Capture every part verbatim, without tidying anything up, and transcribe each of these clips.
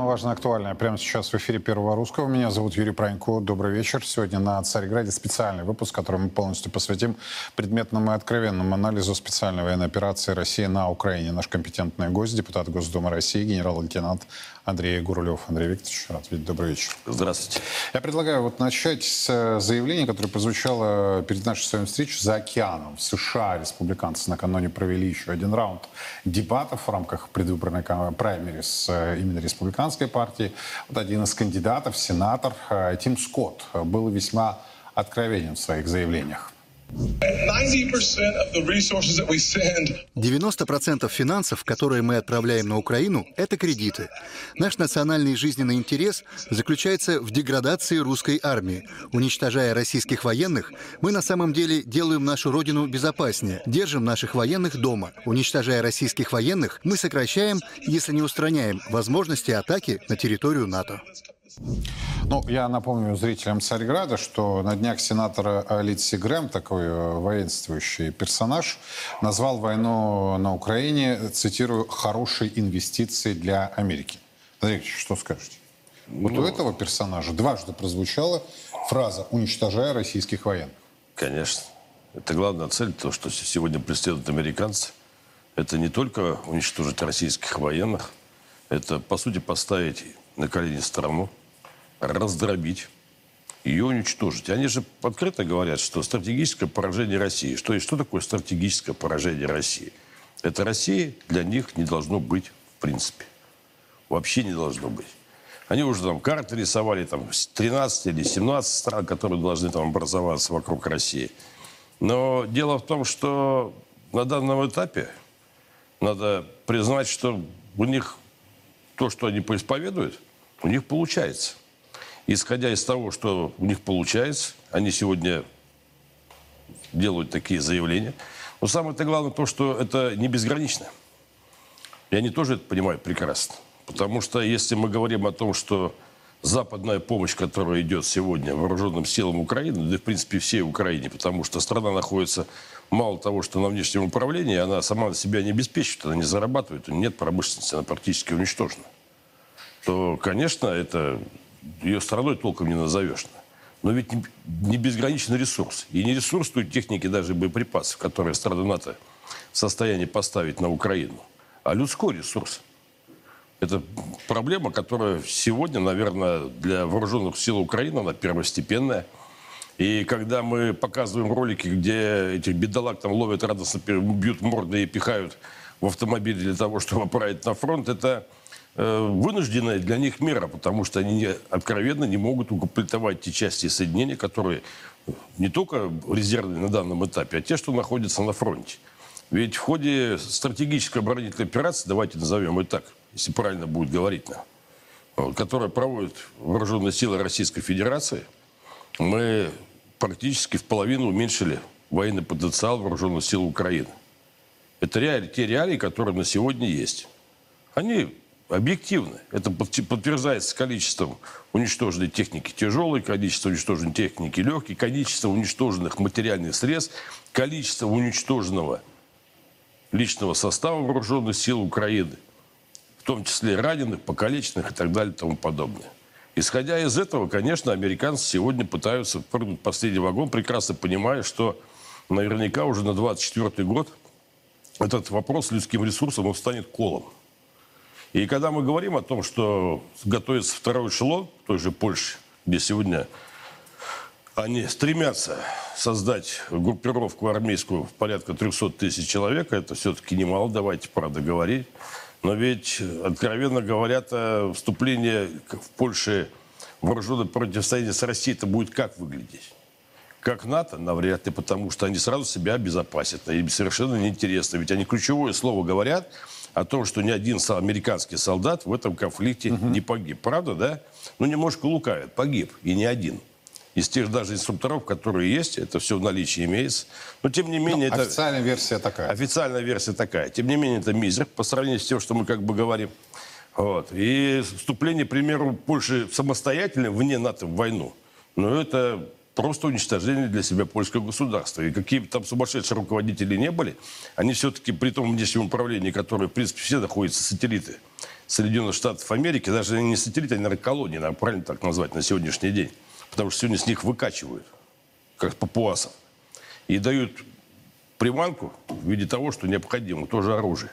Самое важное, актуальное прямо сейчас в эфире Первого Русского. Меня зовут Юрий Пронько. Добрый вечер. Сегодня на Царьграде специальный выпуск, который мы полностью посвятим предметному и откровенному анализу специальной военной операции России на Украине. Наш компетентный гость, депутат Госдумы России, генерал-лейтенант Андрей Гурулев. Андрей Викторович, рад видеть. Добрый вечер. Здравствуйте. Я предлагаю вот начать с заявления, которое прозвучало перед нашей с вами встречей за океаном. В США республиканцы накануне провели еще один раунд дебатов в рамках предвыборной праймерис именно республиканской партии. Вот один из кандидатов, сенатор Тим Скотт, был весьма откровенен в своих заявлениях. девяносто процентов финансов, которые мы отправляем на Украину, это кредиты. Наш национальный жизненный интерес заключается в деградации русской армии. Уничтожая российских военных, мы на самом деле делаем нашу родину безопаснее, держим наших военных дома. Уничтожая российских военных, мы сокращаем, если не устраняем, возможности атаки на территорию НАТО. Ну, я напомню зрителям Царьграда, что на днях сенатор Линдси Грэм, такой воинствующий персонаж, назвал войну на Украине, цитирую, «хорошей инвестицией для Америки». Андрей Ильич, что скажете? Вот ну, у этого персонажа дважды прозвучала фраза «уничтожая российских военных». Конечно. Это главная цель, то, что сегодня преследуют американцы. Это не только уничтожить российских военных, это, по сути, поставить на колени страну, раздробить, ее уничтожить. Они же открыто говорят, что стратегическое поражение России. Что, и что такое стратегическое поражение России? Это России для них не должно быть в принципе. Вообще не должно быть. Они уже там карты рисовали, там, тринадцать или семнадцать стран, которые должны там образоваться вокруг России. Но дело в том, что на данном этапе надо признать, что у них то, что они поисповедуют, у них получается. Исходя из того, что у них получается, они сегодня делают такие заявления. Но самое-то главное то, что это не безгранично. И они тоже это понимают прекрасно. Потому что если мы говорим о том, что западная помощь, которая идет сегодня вооруженным силам Украины, да в принципе всей Украине, потому что страна находится мало того, что на внешнем управлении, она сама себя не обеспечивает, она не зарабатывает, у нее нет промышленности, она практически уничтожена, то, конечно, это ее страной толком не назовешь. Но ведь не безграничный ресурс. И не ресурс той техники, даже боеприпасов, которые страны НАТО в состоянии поставить на Украину, а людской ресурс. Это проблема, которая сегодня, наверное, для вооруженных сил Украины, она первостепенная. И когда мы показываем ролики, где этих бедолаг там ловят радостно, бьют морды и пихают в автомобиль для того, чтобы отправить на фронт, это вынужденная для них мера, потому что они откровенно не могут укомплектовать те части и соединения, которые не только резервные на данном этапе, а те, что находятся на фронте. Ведь в ходе стратегической оборонительной операции, давайте назовем ее так, если правильно будет говорить, вот, которая проводит вооруженные силы Российской Федерации, мы практически в половину уменьшили военный потенциал вооруженных сил Украины. Это реалии, те реалии, которые на сегодня есть. Они объективно. Это подтверждается количеством уничтоженной техники тяжелой, количеством уничтоженной техники легкой, количеством уничтоженных материальных средств, количеством уничтоженного личного состава вооруженных сил Украины, в том числе раненых, покалеченных и так далее и тому подобное. Исходя из этого, конечно, американцы сегодня пытаются прыгнуть в последний вагон, прекрасно понимая, что наверняка уже на двадцать четвёртый год этот вопрос с людским ресурсом он станет колом. И когда мы говорим о том, что готовится второй эшелон в той же Польше, где сегодня они стремятся создать группировку армейскую в порядка трёхсот тысяч человек, это все-таки немало, давайте правда говорить. Но ведь, откровенно говоря, вступление в Польше в вооруженное противостояние с Россией, это будет как выглядеть? Как НАТО? Навряд ли, потому что они сразу себя обезопасят. Им совершенно неинтересно. Ведь они ключевое слово говорят о том, что ни один американский солдат в этом конфликте угу. не погиб. Правда, да? Ну, немножко лукавят. Погиб. И не один. Из тех даже инструкторов, которые есть, это все в наличии имеется. Но, тем не менее... Но это... Официальная версия такая. Официальная версия такая. Тем не менее, это мизер по сравнению с тем, что мы как бы говорим. Вот. И вступление, к примеру, Польши самостоятельно вне НАТО в войну, ну, это просто уничтожение для себя польского государства. И какие бы там сумасшедшие руководители не были, они все-таки при том внешнем управлении, которое, в принципе, все находятся сателлиты Соединенных Штатов Америки, даже не сателлиты, а, наверное, колонии, надо правильно так назвать, на сегодняшний день. Потому что сегодня с них выкачивают, как папуасов, и дают приманку в виде того, что необходимо, тоже оружие.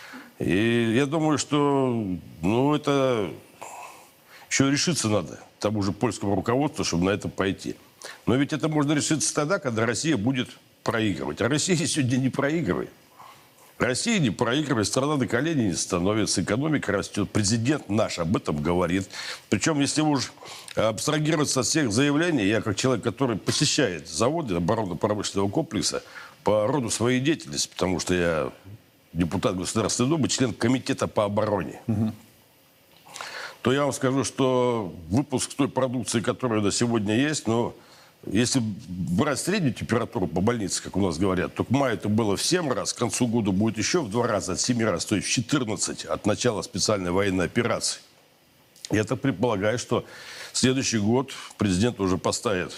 И я думаю, что ну, это еще решиться надо тому же польскому руководству, чтобы на это пойти. Но ведь это можно решиться тогда, когда Россия будет проигрывать. А Россия сегодня не проигрывает. Россия не проигрывает, страна на колени не становится, экономика растет. Президент наш об этом говорит. Причем, если уж абстрагироваться от всех заявлений, я как человек, который посещает заводы оборонно-промышленного комплекса по роду своей деятельности, потому что я депутат Государственной Думы, член комитета по обороне, угу. то я вам скажу, что выпуск той продукции, которая на сегодня есть, ну, если брать среднюю температуру по больнице, как у нас говорят, то к маю это было в семь раз, к концу года будет еще в два раза, от семи раз, то есть в четырнадцать от начала специальной военной операции. Я так предполагаю, что следующий год президент уже поставит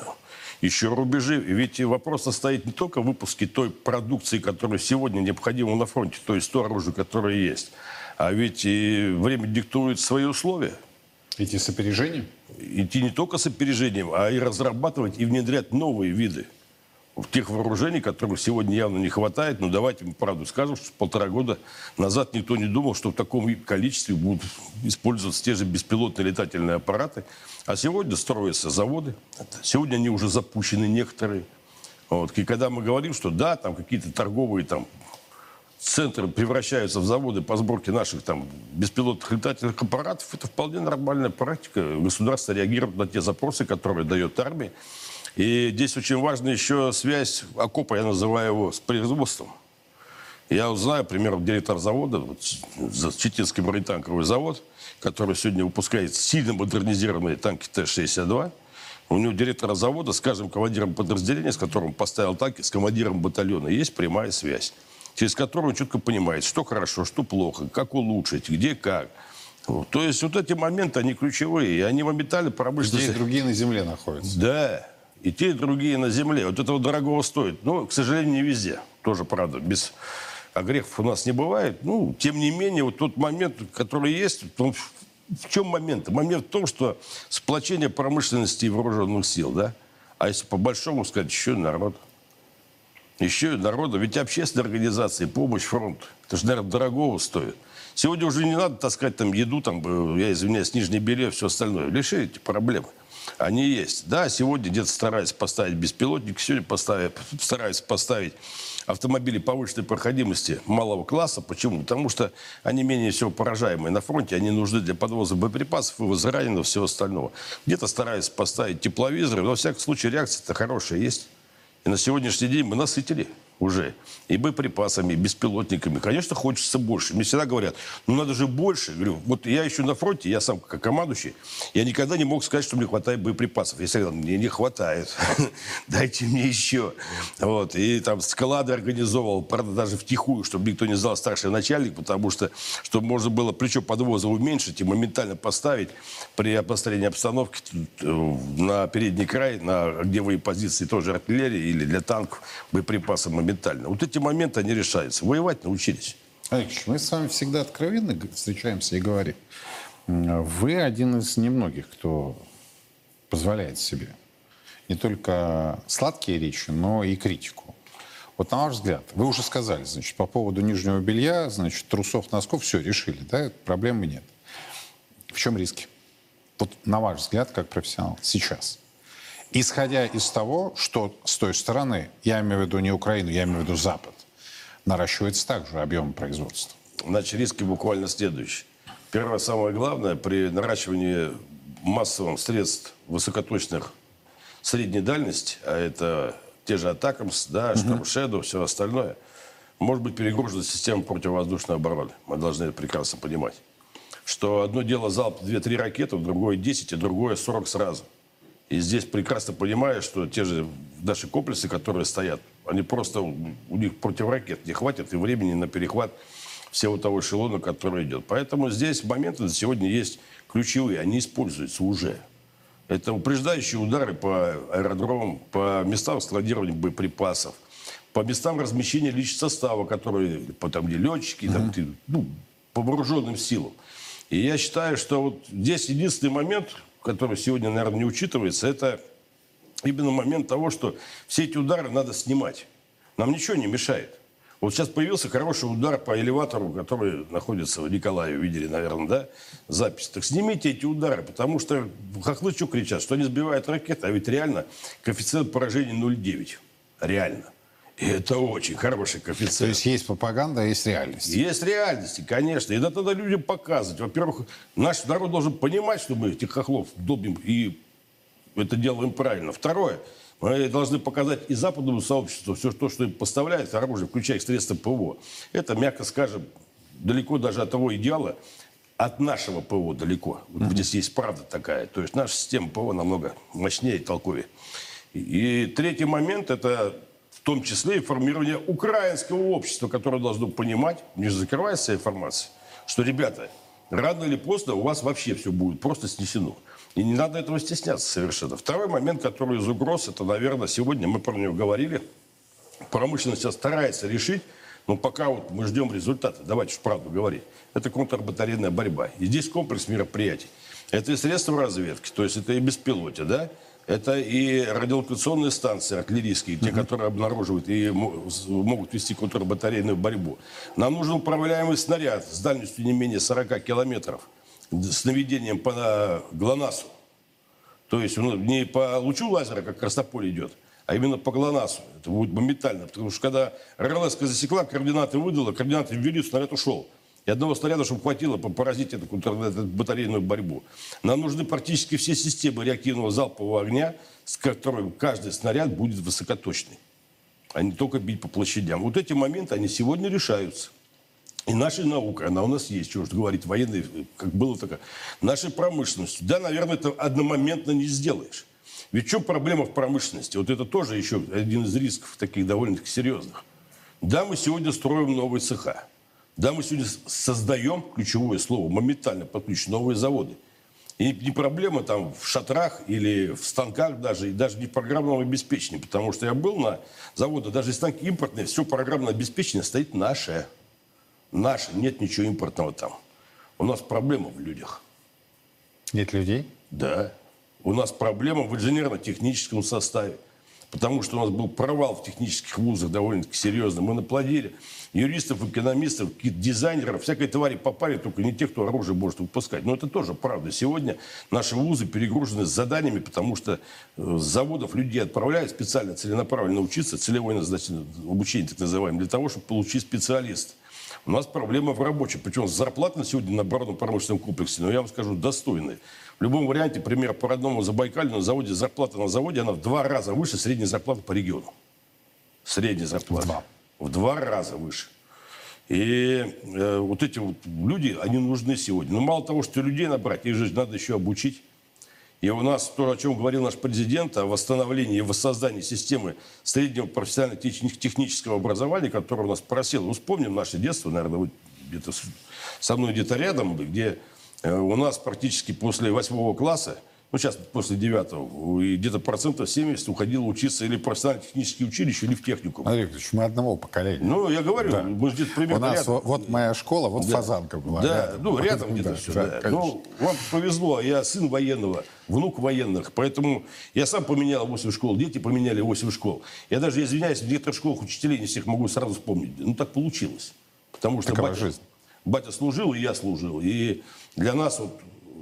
еще рубежи. Ведь вопрос состоит не только в выпуске той продукции, которая сегодня необходима на фронте, то есть то оружие, которое есть, а ведь и время диктует свои условия. Идти с опережением? Идти не только с опережением, а и разрабатывать и внедрять новые виды тех вооружений, которых сегодня явно не хватает. Но давайте мы правду скажем, что полтора года назад никто не думал, что в таком количестве будут использоваться те же беспилотные летательные аппараты. А сегодня строятся заводы. Сегодня они уже запущены некоторые. Вот. И когда мы говорим, что да, там какие-то торговые там центры превращаются в заводы по сборке наших там беспилотных летательных аппаратов, это вполне нормальная практика. Государство реагирует на те запросы, которые дает армия. И здесь очень важна еще связь окопа, я называю его, с производством. Я вот знаю, например, директор завода, вот, Читинский бронетанковый завод, который сегодня выпускает сильно модернизированные танки Т шестьдесят два. У него директора завода с каждым командиром подразделения, с которым поставил танки, с командиром батальона, есть прямая связь, через которую он четко понимает, что хорошо, что плохо, как улучшить, где, как. Вот. То есть вот эти моменты, они ключевые, и они моментально промышленные. Те и другие на земле находятся. Да, и те, и другие на земле. Вот этого дорогого стоит. Но, к сожалению, не везде. Тоже правда. Без огрехов у нас не бывает. Ну, тем не менее, вот тот момент, который есть, он в чем момент? Момент в том, что сплочение промышленности и вооруженных сил, да? А если по-большому сказать, еще и народ. Еще и народу. Ведь общественные организации, помощь фронту, это же, наверное, дорогого стоит. Сегодня уже не надо таскать там еду, там, я извиняюсь, нижнее белье, все остальное. Решили эти проблемы. Они есть. Да, сегодня где-то стараются поставить беспилотники, сегодня поставят, стараются поставить автомобили повышенной проходимости малого класса. Почему? Потому что они менее всего поражаемые на фронте, они нужны для подвоза боеприпасов, вывоза раненых, всего остального. Где-то стараются поставить тепловизоры, но, во всяком случае, реакция-то хорошая есть. И на сегодняшний день мы насытили уже и боеприпасами, и беспилотниками. Конечно, хочется больше. Мне всегда говорят, ну надо же больше. Я говорю, вот я еще на фронте, я сам как командующий, я никогда не мог сказать, что мне хватает боеприпасов. Я всегда говорил, мне не хватает. Дайте мне еще. Вот. И там склады организовывал, правда, даже втихую, чтобы никто не знал, старший начальник, потому что, чтобы можно было плечо подвоза уменьшить и моментально поставить при обострении обстановки на передний край, на огневые позиции тоже артиллерии или для танков боеприпасы моментально. Вот эти моменты, они решаются. Воевать научились. Алексей, мы с вами всегда откровенно встречаемся и говорим. Вы один из немногих, кто позволяет себе не только сладкие речи, но и критику. Вот на ваш взгляд, вы уже сказали, значит, по поводу нижнего белья, значит, трусов, носков, все, решили, да, проблемы нет. В чем риски? Вот на ваш взгляд, как профессионал, сейчас. Исходя из того, что с той стороны, я имею в виду не Украину, я имею в виду Запад, наращивается также объем производства. Значит, риски буквально следующие. Первое, самое главное, при наращивании массовых средств высокоточных средней дальности, а это те же Атакамс, да, Шторм Шэдоу, все остальное, может быть перегружена система противовоздушной обороны. Мы должны это прекрасно понимать. Что одно дело залп две-три ракеты, другое десять, а другое сорок сразу. И здесь прекрасно понимаю, что те же наши комплексы, которые стоят, они просто, у них противоракет не хватит и времени на перехват всего того эшелона, который идет. Поэтому здесь моменты на сегодня есть ключевые, они используются уже. Это упреждающие удары по аэродромам, по местам складирования боеприпасов, по местам размещения личного состава, которые, там, где летчики, там, ну, по вооруженным силам. И я считаю, что вот здесь единственный момент, который сегодня, наверное, не учитывается, это именно момент того, что все эти удары надо снимать. Нам ничего не мешает. Вот сейчас появился хороший удар по элеватору, который находится в Николаеве, видели, наверное, да, запись. Так снимите эти удары, потому что хохлы что кричат, что они сбивают ракеты, а ведь реально коэффициент поражения ноль целых девять десятых. Реально. И это очень хороший коэффициент. То есть есть пропаганда, а есть реальность. Есть реальности, конечно. И это надо людям показывать. Во-первых, наш народ должен понимать, что мы этих хохлов долбим и это делаем правильно. Второе. Мы должны показать и западному сообществу все то, что им поставляет оружие, включая средства ПВО. Это, мягко скажем, далеко даже от того идеала, от нашего ПВО далеко. Вот здесь есть правда такая. То есть наша система ПВО намного мощнее и толковее. И, и третий момент – это в том числе и формирование украинского общества, которое должно понимать, не закрывая вся информация, что, ребята, рано или поздно у вас вообще все будет просто снесено. И не надо этого стесняться совершенно. Второй момент, который из угроз, это, наверное, сегодня мы про него говорили, промышленность сейчас старается решить, но пока вот мы ждем результата, давайте уж правду говорить, это контрбатарейная борьба. И здесь комплекс мероприятий. Это и средства разведки, то есть это и беспилотие, да? Это и радиолокационные станции артиллерийские, те, которые обнаруживают и могут вести контрбатарейную борьбу. Нам нужен управляемый снаряд с дальностью не менее сорока километров. С наведением по ГЛОНАССу. То есть он не по лучу лазера, как Краснополь идет, а именно по ГЛОНАССу. Это будет моментально. Потому что когда РЛС засекла, координаты выдала, координаты ввели, снаряд ушел. И одного снаряда, чтобы хватило поразить эту, эту батарейную борьбу. Нам нужны практически все системы реактивного залпового огня, с которыми каждый снаряд будет высокоточный. А не только бить по площадям. Вот эти моменты, они сегодня решаются. И наша наука, она у нас есть, что уж говорить, военные, как было такое. Нашей промышленностью. Да, наверное, это одномоментно не сделаешь. Ведь в чем проблема в промышленности? Вот это тоже еще один из рисков таких довольно-таки серьезных. Да, мы сегодня строим новые цеха. Да, мы сегодня создаем, ключевое слово, моментально подключим новые заводы. И не проблема там в шатрах или в станках даже, и даже не в программном обеспечении. Потому что я был на заводах, даже станки импортные, все программное обеспечение стоит наше. Наше, нет ничего импортного там. У нас проблема в людях. Нет людей? Да. У нас проблема в инженерно-техническом составе. Потому что у нас был провал в технических вузах довольно-таки серьезный. Мы наплодили юристов, экономистов, дизайнеров, всякой твари попали, только не те, кто оружие может выпускать. Но это тоже правда. Сегодня наши вузы перегружены заданиями, потому что с заводов людей отправляют специально, целенаправленно учиться, целевое обучение, так называемое, для того, чтобы получить специалиста. У нас проблема в рабочем. Причем зарплата на сегодня на оборонно-промышленном комплексе, но я вам скажу, достойная. В любом варианте, пример по родному Забайкалью, на заводе зарплата на заводе, она в два раза выше средней зарплаты по региону. Средняя зарплата. Два. В два раза выше. И э, вот эти вот люди, они нужны сегодня. Но мало того, что людей набрать, их же надо еще обучить. И у нас то, о чем говорил наш президент, о восстановлении и воссоздании системы среднего профессионально-технического образования, которое у нас просело. Ну, вспомним наше детство, наверное, вы где-то со мной где-то рядом, где у нас практически после восьмого класса, ну, сейчас после девятого, где-то процентов семьдесят уходило учиться или в профессионально-технические училища, или в техникум. Андрей Викторович, мы одного поколения. Ну, я говорю, да. мы где-то примерно У нас рядом. Вот моя школа, вот да. Фазанка была. Да, рядом. ну, рядом где-то да, все. Да, Да. Ну, вам повезло, я сын военного, внук военных, поэтому я сам поменял восемь школ, дети поменяли восемь школ. Я даже, извиняюсь, в некоторых школах учителей не всех могу сразу вспомнить. Ну, так получилось. Потому что Такова батя, жизнь. батя служил, и я служил. И для нас вот...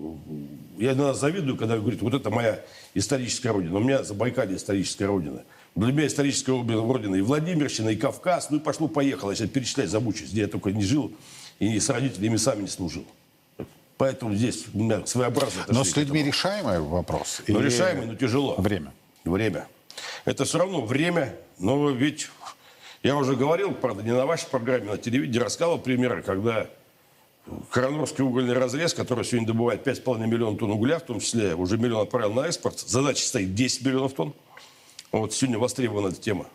Я иногда завидую, когда говорят, вот это моя историческая родина. У меня Забайкалье историческая родина. Для меня историческая родина и Владимирщина, и Кавказ. Ну и пошло-поехало. Я сейчас перечислять забучусь, где я только не жил и с родителями сами не служил. Поэтому здесь у меня своеобразное Но с людьми решаемый вопрос? Но или... решаемый, но тяжело. Время. Время. Это все равно время. Но ведь я уже говорил, правда, не на вашей программе, на телевидении рассказывал примеры, когда... Коронорский угольный разрез, который сегодня добывает пять с половиной миллионов тонн угля, в том числе уже миллион отправил на экспорт. Задача стоит десять миллионов тонн. Вот сегодня востребована эта тема.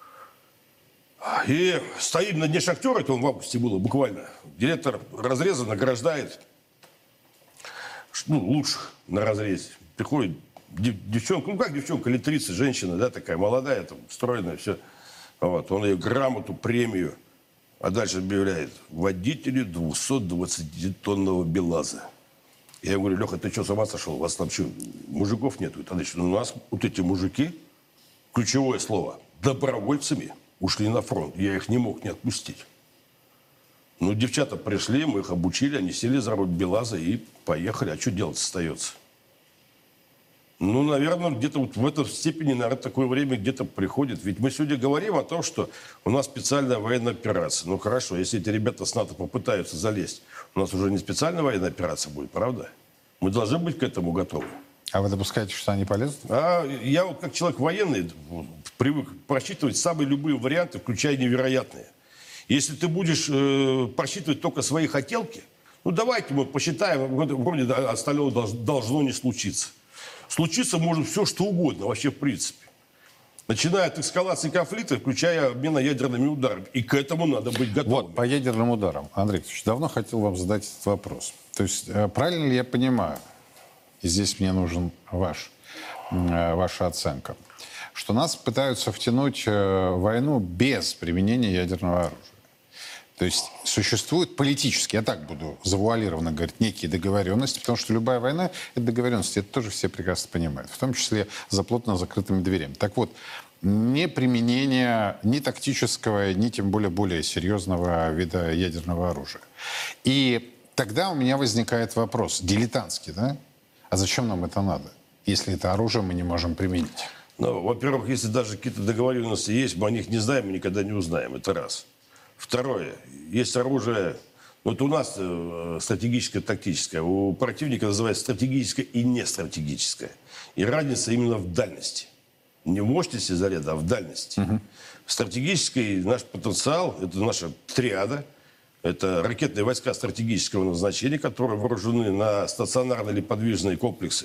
И стоим на дне шахтера, это он в августе было буквально. Директор разреза награждает ну, лучших на разрезе. Приходит девчонка, ну как девчонка, лет тридцать, женщина, да, такая молодая, там, стройная, все. Вот. Он ее грамоту, премию. А дальше объявляет: водители двухсотдвадцатитонного БелАЗа. Я говорю: Леха, ты что, с ума сошел? У вас там что, мужиков нету? Тогда что, у нас вот эти мужики, ключевое слово, добровольцами ушли на фронт. Я их не мог не отпустить. Ну, девчата пришли, мы их обучили, они сели за руль БелАЗа и поехали. А что делать остается? Ну, наверное, где-то вот в этой степени, наверное, такое время где-то приходит. Ведь мы сегодня говорим о том, что у нас специальная военная операция. Ну, хорошо, если эти ребята с НАТО попытаются залезть, у нас уже не специальная военная операция будет, правда? Мы должны быть к этому готовы. А вы допускаете, что они полезут? А я вот как человек военный привык просчитывать самые любые варианты, включая невероятные. Если ты будешь э, просчитывать только свои хотелки, ну, давайте мы посчитаем, вроде остального должно не случиться. Случиться может все, что угодно, вообще в принципе. Начиная от эскалации конфликта, включая обмен ядерными ударами. И к этому надо быть готовым. Вот, по ядерным ударам. Андрей Викторович, давно хотел вам задать этот вопрос. То есть, э, правильно ли я понимаю, и здесь мне нужен ваш, э, ваша оценка, что нас пытаются втянуть э, в войну без применения ядерного оружия? То есть существуют политически, я так буду завуалированно говорить, некие договоренности, потому что любая война – это договоренности, это тоже все прекрасно понимают, в том числе за плотно закрытыми дверями. Так вот, не применение ни тактического, ни тем более более серьезного вида ядерного оружия. И тогда у меня возникает вопрос, дилетантский, да? А зачем нам это надо, если это оружие мы не можем применить? Ну, во-первых, если даже какие-то договоренности есть, мы о них не знаем и никогда не узнаем, это раз. Второе. Есть оружие, вот у нас э, стратегическое, тактическое, у противника называется стратегическое и нестратегическое. И разница именно в дальности. Не в мощности заряда, а в дальности. Угу. Стратегический наш потенциал, это наша триада, это ракетные войска стратегического назначения, которые вооружены на стационарные или подвижные комплексы.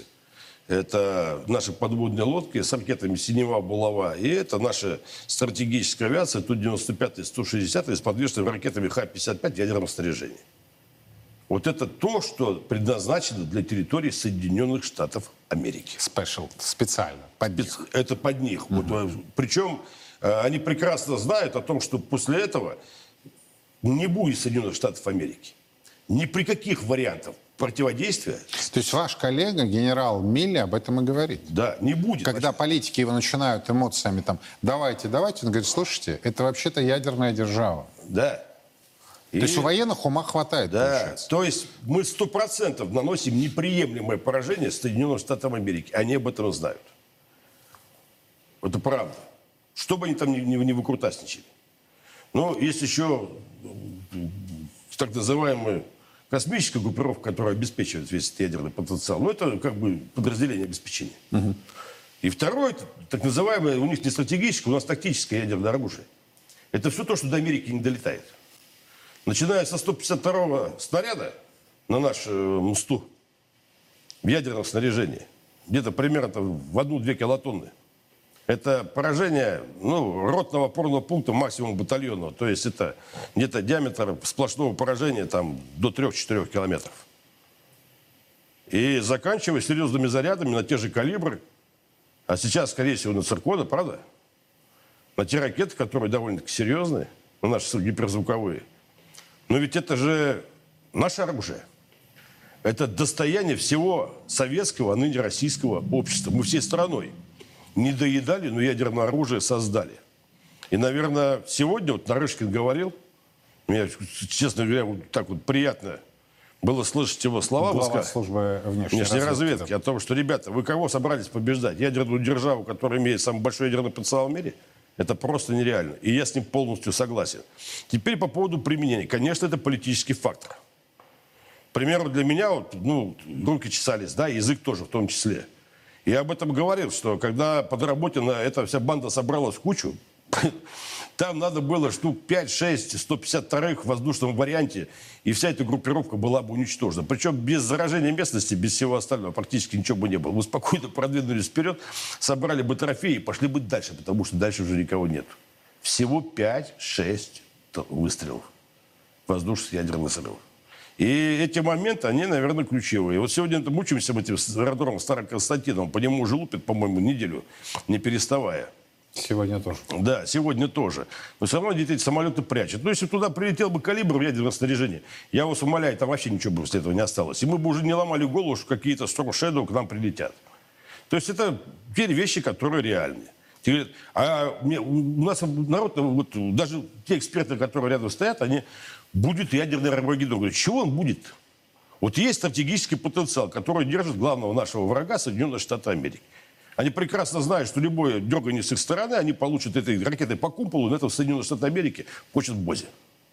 Это наши подводные лодки с ракетами «Синева», «Булава». И это наша стратегическая авиация Ту девяносто пять, сто шестьдесят с подвижными ракетами Х пятьдесят пять ядерного снаряжения. Вот это то, что предназначено для территории Соединенных Штатов Америки. Спешл, специально, под них. Это под них. Угу. Вот, причем они прекрасно знают о том, что после этого не будет Соединенных Штатов Америки. Ни при каких вариантах противодействия. То есть ваш коллега, генерал Милли, об этом и говорит? Да, не будет. Когда значит. политики его начинают эмоциями там, давайте, давайте, он говорит, слушайте, это вообще-то ядерная держава. Да. То И... есть у военных ума хватает, да. получается. То есть мы сто процентов наносим неприемлемое поражение Соединенным Штатам Америки. Они об этом знают. Это правда. Что бы они там ни, ни, ни выкрутасничали. Но есть еще так называемые космическая группировка, которая обеспечивает весь этот ядерный потенциал. Ну, это как бы подразделение обеспечения. Угу. И второе, так называемое, у них не стратегическое, у нас тактическое ядерное оружие. Это все то, что до Америки не долетает. Начиная со сто пятьдесят второго снаряда на нашем мосту в ядерном снаряжении, где-то примерно в одну-две килотонны. Это поражение ну, ротного опорного пункта, максимум батальонного. То есть это где-то диаметр сплошного поражения там, до трёх-четырёх километров. И заканчивая серьезными зарядами на те же калибры, а сейчас, скорее всего, на цирконы, правда? На те ракеты, которые довольно-таки серьезные, на наши гиперзвуковые. Но ведь это же наше оружие. Это достояние всего советского, а ныне российского общества. Мы всей страной не доедали, но ядерное оружие создали. И, наверное, сегодня, вот Нарышкин говорил, мне, честно говоря, вот так вот приятно было слышать его слова. Глава службы внешней, внешней разведки, разведки о том, что, ребята, вы кого собрались побеждать? Ядерную державу, которая имеет самый большой ядерный потенциал в мире? Это просто нереально. И я с ним полностью согласен. Теперь по поводу применения. Конечно, это политический фактор. К примеру, для меня, вот, ну, руки чесались, да, язык тоже в том числе. Я об этом говорил, что когда подработана эта вся банда собралась в кучу, там надо было штук пять-шесть сто пятьдесят вторых в воздушном варианте, и вся эта группировка была бы уничтожена. Причем без заражения местности, без всего остального практически ничего бы не было. Мы спокойно продвинулись вперед, собрали бы трофеи и пошли бы дальше, потому что дальше уже никого нет. Всего пять-шесть выстрелов воздушных ядерных взрывов. И эти моменты, они, наверное, ключевые. Вот сегодня мучаемся мы этим аэродромом Староконстантиновым. По нему уже лупят, по-моему, неделю, не переставая. Сегодня тоже. Да, сегодня тоже. Но все равно эти самолеты прячут. Но если туда прилетел бы калибр в ядерном снаряжении, я вас умоляю, там вообще ничего бы после этого не осталось. И мы бы уже не ломали голову, что какие-то Storm Shadow к нам прилетят. То есть это те вещи, которые реальны. А мне, у нас народ, вот, даже те эксперты, которые рядом стоят, они, будет ядерный Армагеддон. Говорят, чего он будет? Вот есть стратегический потенциал, который держит главного нашего врага Соединенные Штаты Америки. Они прекрасно знают, что любое дергание с их стороны, они получат этой ракетой по кумполу, на этом Соединенные Штаты Америки почет Бозе.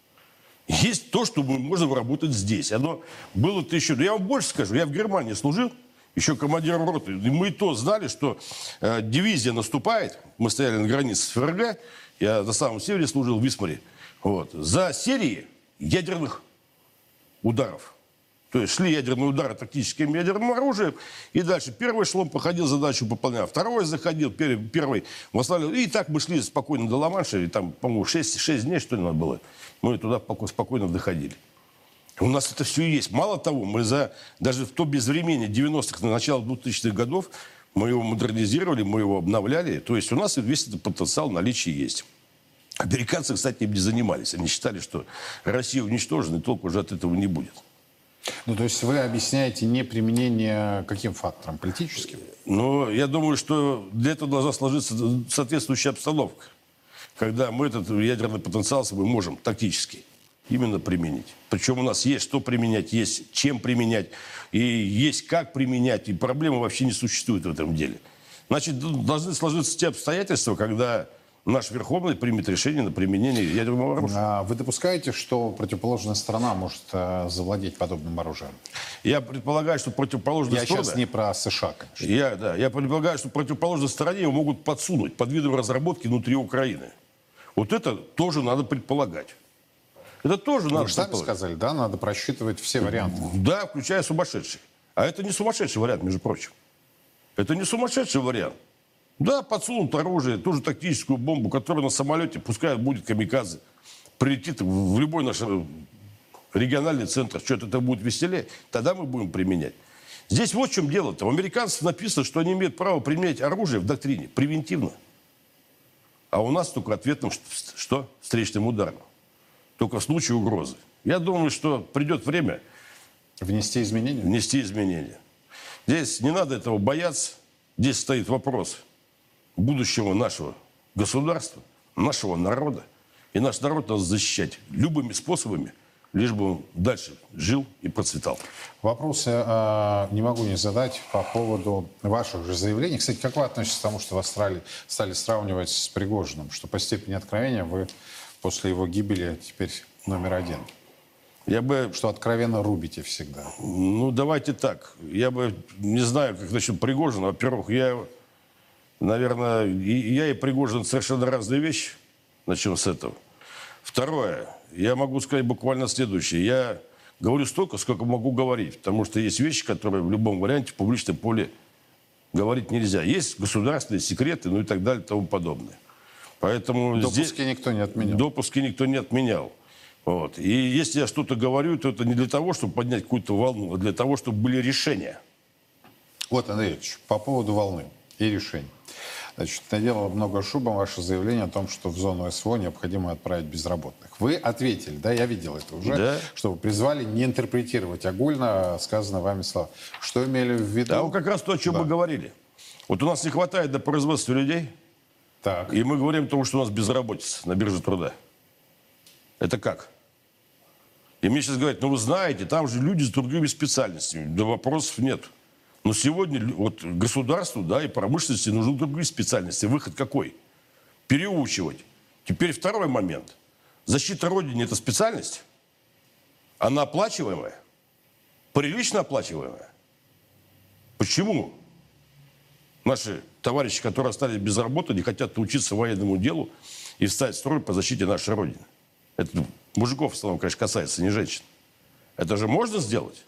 Есть то, что можно работать здесь. Оно было-то еще... Я вам больше скажу, я в Германии служил, еще командиром роты, и мы и то знали, что э, дивизия наступает, мы стояли на границе с ФРГ, я на самом севере служил в Висмаре, вот, за серии ядерных ударов. То есть шли ядерные удары тактическим ядерным оружием, и дальше первый эшелон походил, задачу выполнял, второй заходил, первый восстанавливал. И так мы шли спокойно до Ла-Манша, и там, по-моему, шесть, шесть дней, что ли, надо было. Мы туда спокойно доходили. У нас это все есть. Мало того, мы за даже в то безвремение девяностых, на начало двухтысячных годов, мы его модернизировали, мы его обновляли. То есть у нас весь этот потенциал в наличии есть. Американцы, кстати, им не занимались. Они считали, что Россия уничтожена, и толку уже от этого не будет. Ну, то есть вы объясняете неприменение каким фактором? Политическим? Ну, я думаю, что для этого должна сложиться соответствующая обстановка, когда мы этот ядерный потенциал свой можем тактически именно применить. Причем у нас есть что применять, есть чем применять, и есть как применять, и проблемы вообще не существует в этом деле. Значит, должны сложиться те обстоятельства, когда наш Верховный примет решение на применение ядерного оружия. А вы допускаете, что противоположная сторона может э, завладеть подобным оружием? Я предполагаю, что противоположная Я сторона... сейчас не про США, конечно. Я, да, я предполагаю, что противоположной стороне его могут подсунуть под видом разработки внутри Украины. Вот это тоже надо предполагать. Это тоже надо Вы же сами предполагать. сказали, да, надо просчитывать все варианты. Да, включая сумасшедший. А это не сумасшедший вариант, между прочим. Это не сумасшедший вариант. Да, подсунут оружие, ту же тактическую бомбу, которая на самолете, пускай будет камикадзе, прилетит в любой наш региональный центр, что-то это будет веселее, тогда мы будем применять. Здесь вот в чем дело-то. У американцев написано, что они имеют право применять оружие в доктрине превентивно. А у нас только ответным, что? Встречным ударом. Только в случае угрозы. Я думаю, что придет время Внести изменения? внести изменения. Здесь не надо этого бояться. Здесь стоит вопрос будущего нашего государства, нашего народа. И наш народ надо защищать любыми способами, лишь бы он дальше жил и процветал. Вопросы э, не могу не задать по поводу ваших же заявлений. Кстати, как вы относитесь к тому, что в Австралии стали сравнивать с Пригожиным, что по степени откровения вы после его гибели теперь номер один? Я бы, Что откровенно рубите всегда. ну, давайте так. Я бы не знаю, как насчет Пригожина. Во-первых, я, наверное, и, я и Пригожин совершенно разные вещи. Начнем с этого. Второе. Я могу сказать буквально следующее. Я говорю столько, сколько могу говорить. Потому что есть вещи, которые в любом варианте в публичном поле говорить нельзя. Есть государственные секреты, ну и так далее, и тому подобное. Поэтому Допуски здесь... никто не отменял. Допуски никто не отменял. Вот. И если я что-то говорю, то это не для того, чтобы поднять какую-то волну, а для того, чтобы были решения. Вот, Андрей Ильич, по поводу волны и решений. Значит, наделало много шума ваше заявление о том, что в зону СВО необходимо отправить безработных. Вы ответили, да, я видел это уже, Да. что вы призвали не интерпретировать огульно сказанные вами слова. Что имели в виду? А вот как раз то, о чем Да. мы говорили. Вот у нас не хватает до производства людей, Так. и мы говорим о том, что у нас безработица на бирже труда. Это как? И мне сейчас говорят, ну вы знаете, там же люди с другими специальностями. Да вопросов нет. Но сегодня вот государству, да, и промышленности нужны другие специальности. Выход какой? Переучивать. Теперь второй момент. Защита Родины – это специальность? Она оплачиваемая? Прилично оплачиваемая? Почему наши товарищи, которые остались без работы, не хотят учиться военному делу и встать в строй по защите нашей Родины? Это мужиков в основном, конечно, касается, не женщин. Это же можно сделать?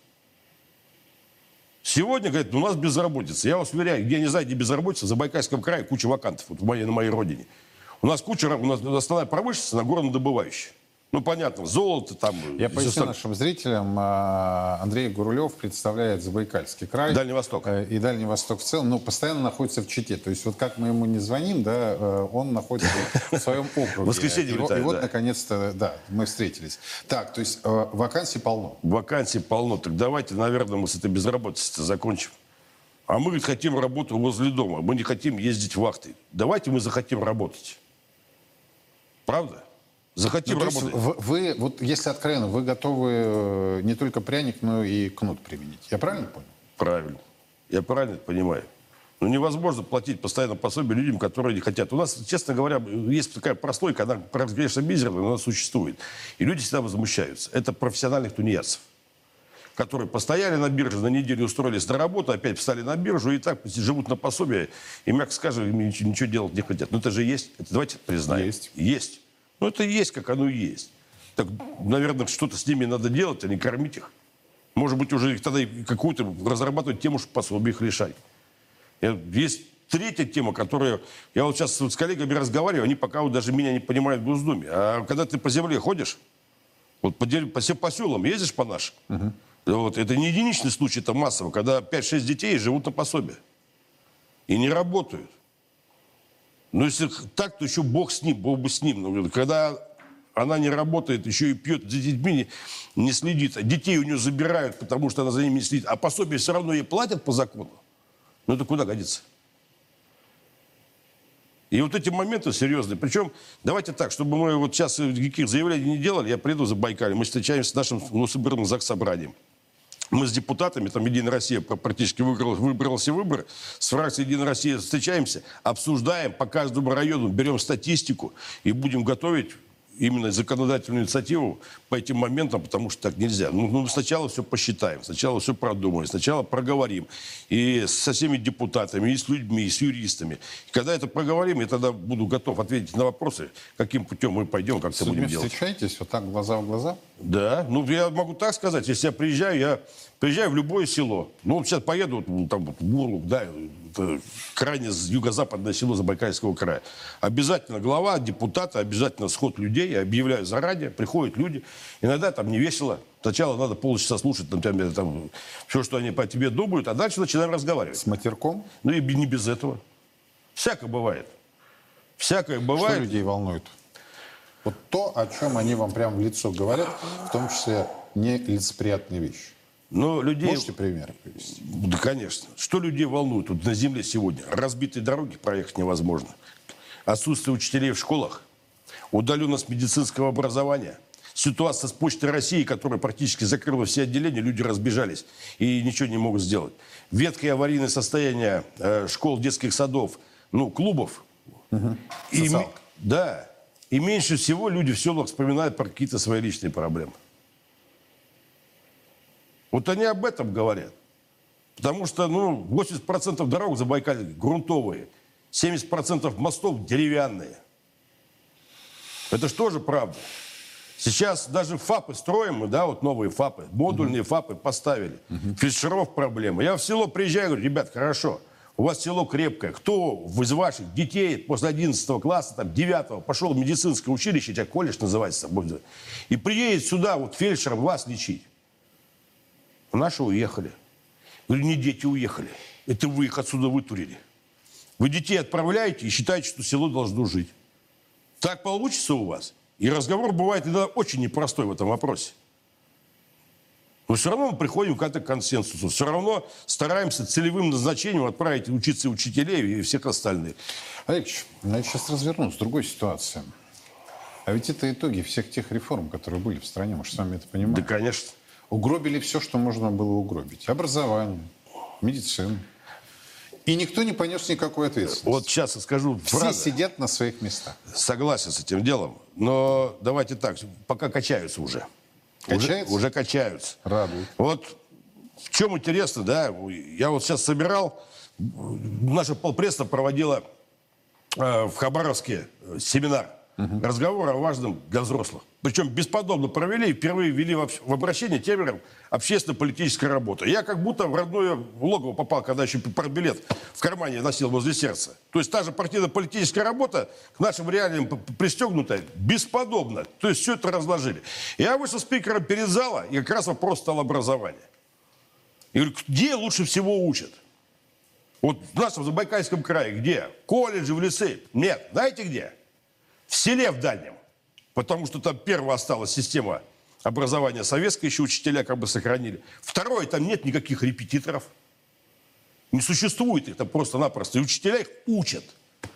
Сегодня, говорят, у нас безработица. Я вас уверяю, где не знаю, где безработица, в Забайкальском крае куча вакантов вот в моей, на моей родине. У нас куча, у нас основная промышленность, она горнодобывающая. Ну, понятно, золото там. Я и поясню всё нашим зрителям. а, Андрей Гурулев представляет Забайкальский край. Дальний Восток. э, И Дальний Восток в целом, но постоянно находится в Чите. То есть вот как мы ему не звоним, да, э, он находится в своем округе. В воскресенье И во- летает, И вот, да. наконец-то, да, мы встретились. Так, то есть э, вакансий полно. Вакансий полно. Так давайте, наверное, мы с этой безработицей закончим. А мы говорит, хотим работу возле дома. Мы не хотим ездить в вахты. Давайте мы захотим работать. Правда? Захотим Ну, то есть работать. вы, вы, вот если откровенно, вы готовы э, не только пряник, но и кнут применить. Я правильно понял? Правильно. Я правильно это понимаю. Ну, невозможно платить постоянно пособие людям, которые не хотят. У нас, честно говоря, есть такая прослойка, она, правда, конечно, мизерная, но она существует. И люди всегда возмущаются. Это профессиональных тунеядцев, которые постояли на бирже, на неделю устроились на работу, опять встали на биржу и так живут на пособие, и, мягко скажем, им ничего, ничего делать не хотят. Но это же есть. Это давайте признаем. Есть. Есть. Ну, это есть, как оно и есть. Так, наверное, что-то с ними надо делать, а не кормить их. Может быть, уже их тогда и какую-то разрабатывать тему, чтобы пособие их решать. Я- Есть третья тема, которую... Я вот сейчас с коллегами разговариваю, они пока вот даже меня не понимают в Госдуме. А когда ты по земле ходишь, вот по, дерев- по, се- по селам ездишь по нашим, вот, это не единичный случай, это массово, когда пять-шесть детей живут на пособие и не работают. Ну, если так, то еще Бог с ним, Бог бы с ним. Но когда она не работает, еще и пьет, за детьми не, не следит, а детей у нее забирают, потому что она за ними не следит, а пособие все равно ей платят по закону, ну это куда годится? И вот эти моменты серьезные. Причем, давайте так, чтобы мы вот сейчас никаких заявлений не делали, я приеду за Байкале, мы встречаемся с нашим новособранным заксобранием. Мы с депутатами, там Единая Россия практически выиграла, выбрала все выборы, с фракцией Единая Россия встречаемся, обсуждаем по каждому району, берем статистику и будем готовить именно законодательную инициативу по этим моментам, потому что так нельзя. Ну, ну, сначала все посчитаем, сначала все продумаем, сначала проговорим. И со всеми депутатами, и с людьми, и с юристами. И когда это проговорим, я тогда буду готов ответить на вопросы, каким путем мы пойдем, как С это людьми будем делать. встречаетесь вот так глаза в глаза? Да, ну я могу так сказать, если я приезжаю, я приезжаю в любое село. Ну вот сейчас поеду вот, там, вот, в Бурлук, да, это крайне юго-западное село Забайкальского края. Обязательно глава, депутаты, обязательно сход людей, я объявляю заранее, приходят люди. Иногда там не весело. Сначала надо полчаса слушать там, там, там, все, что они по тебе думают, а дальше начинаем разговаривать. С матерком? Ну и не без этого. Всякое бывает. Всякое Что бывает. людей волнует? Вот то, о чем они вам прямо в лицо говорят, в том числе нелицеприятные вещи. Но людей... Можете примеры привести? Да, конечно. Что людей волнует тут на земле сегодня? Разбитые дороги проехать невозможно. Отсутствие учителей в школах. Удаленность медицинского образования. Ситуация с Почтой России, которая практически закрыла все отделения, люди разбежались и ничего не могут сделать. Ветхое аварийное состояние э, школ, детских садов, ну, клубов. Угу. И, м- да. И меньше всего люди в селах вспоминают про какие-то свои личные проблемы. Вот они об этом говорят. Потому что, ну, восемьдесят процентов дорог в Забайкале грунтовые, семьдесят процентов мостов деревянные. Это же тоже правда. Сейчас даже ФАПы строим мы, да, вот новые ФАПы, модульные uh-huh. ФАПы поставили. Uh-huh. Фельдшеров проблемы. Я в село приезжаю и говорю, ребят, хорошо, у вас село крепкое. Кто из ваших детей после одиннадцатого класса, там, девятого пошел в медицинское училище, у тебя колледж называется, и приедет сюда вот фельдшером вас лечить? Наши уехали. Говорю, не дети уехали. Это вы их отсюда вытурили. Вы детей отправляете и считаете, что село должно жить. Так получится у вас? И разговор бывает иногда очень непростой в этом вопросе. Но все равно мы приходим к этому консенсусу. Все равно стараемся целевым назначением отправить учиться учителей и всех остальных. Олег Ильич, я сейчас развернусь с другой ситуации. А ведь это итоги всех тех реформ, которые были в стране. Мы же с вами это понимаем. Да, конечно. Угробили все, что можно было угробить. Образование, медицину. И никто не понес никакой ответственности. Вот сейчас я скажу Все фразу. сидят на своих местах. Согласен с этим делом. Но давайте так, пока качаются уже. Качаются? Уже, уже качаются. Радует. Вот в чем интересно, да, я вот сейчас собирал, наша полпресса проводила э, в Хабаровске семинар разговор о важном для взрослых. Причем бесподобно провели и впервые ввели в, в обращение термином общественно-политическая работа. Я как будто в родное логово попал, когда еще партбилет в кармане носил возле сердца. То есть та же партийно-политическая работа к нашим реалиям пристегнутая бесподобно. То есть все это разложили. Я вышел спикером перед залом, и как раз вопрос стал образования. И говорю, где лучше всего учат? Вот в нашем Забайкальском крае где? В колледже, в лицее? Нет. Знаете где? В селе в дальнем. Потому что там первая осталась система образования советская, еще учителя как бы сохранили. Второе, там нет никаких репетиторов. Не существует их там просто-напросто. И учителя их учат.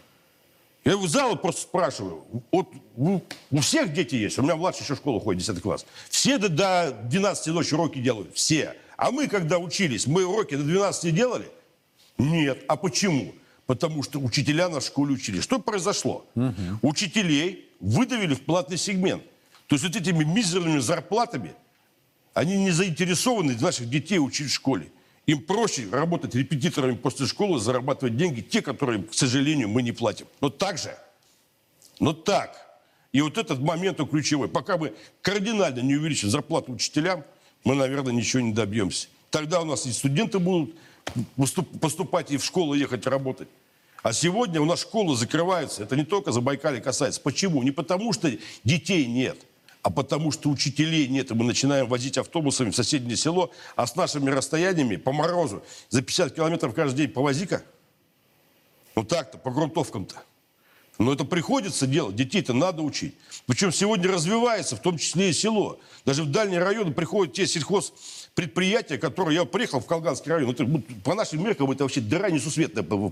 Я в зал просто спрашиваю. Вот у, у всех дети есть? У меня младший еще в школу ходит, десятый класс. Все до, до двенадцати ночи уроки делают? Все. А мы, когда учились, мы уроки до двенадцати делали? Нет. А почему? Потому что учителя на школе учили. Что произошло? Угу. Учителей выдавили в платный сегмент. То есть вот этими мизерными зарплатами они не заинтересованы наших детей учить в школе. Им проще работать репетиторами после школы, зарабатывать деньги, те, которые, к сожалению, мы не платим. Но так же. Но так. И вот этот момент ключевой. Пока мы кардинально не увеличим зарплату учителям, мы, наверное, ничего не добьемся. Тогда у нас и студенты будут поступать и в школу ехать работать. А сегодня у нас школы закрываются. Это не только Забайкалье касается. Почему? Не потому, что детей нет, а потому, что учителей нет. И мы начинаем возить автобусами в соседнее село, а с нашими расстояниями по морозу за пятьдесят километров каждый день повози-ка. Ну так-то, по грунтовкам-то. Но это приходится делать. Детей-то надо учить. Причем сегодня развивается, в том числе и село. Даже в дальние районы приходят те сельхозпредприятия, которые... Я приехал в Колганский район. Это, по нашим меркам это вообще дыра несусветная в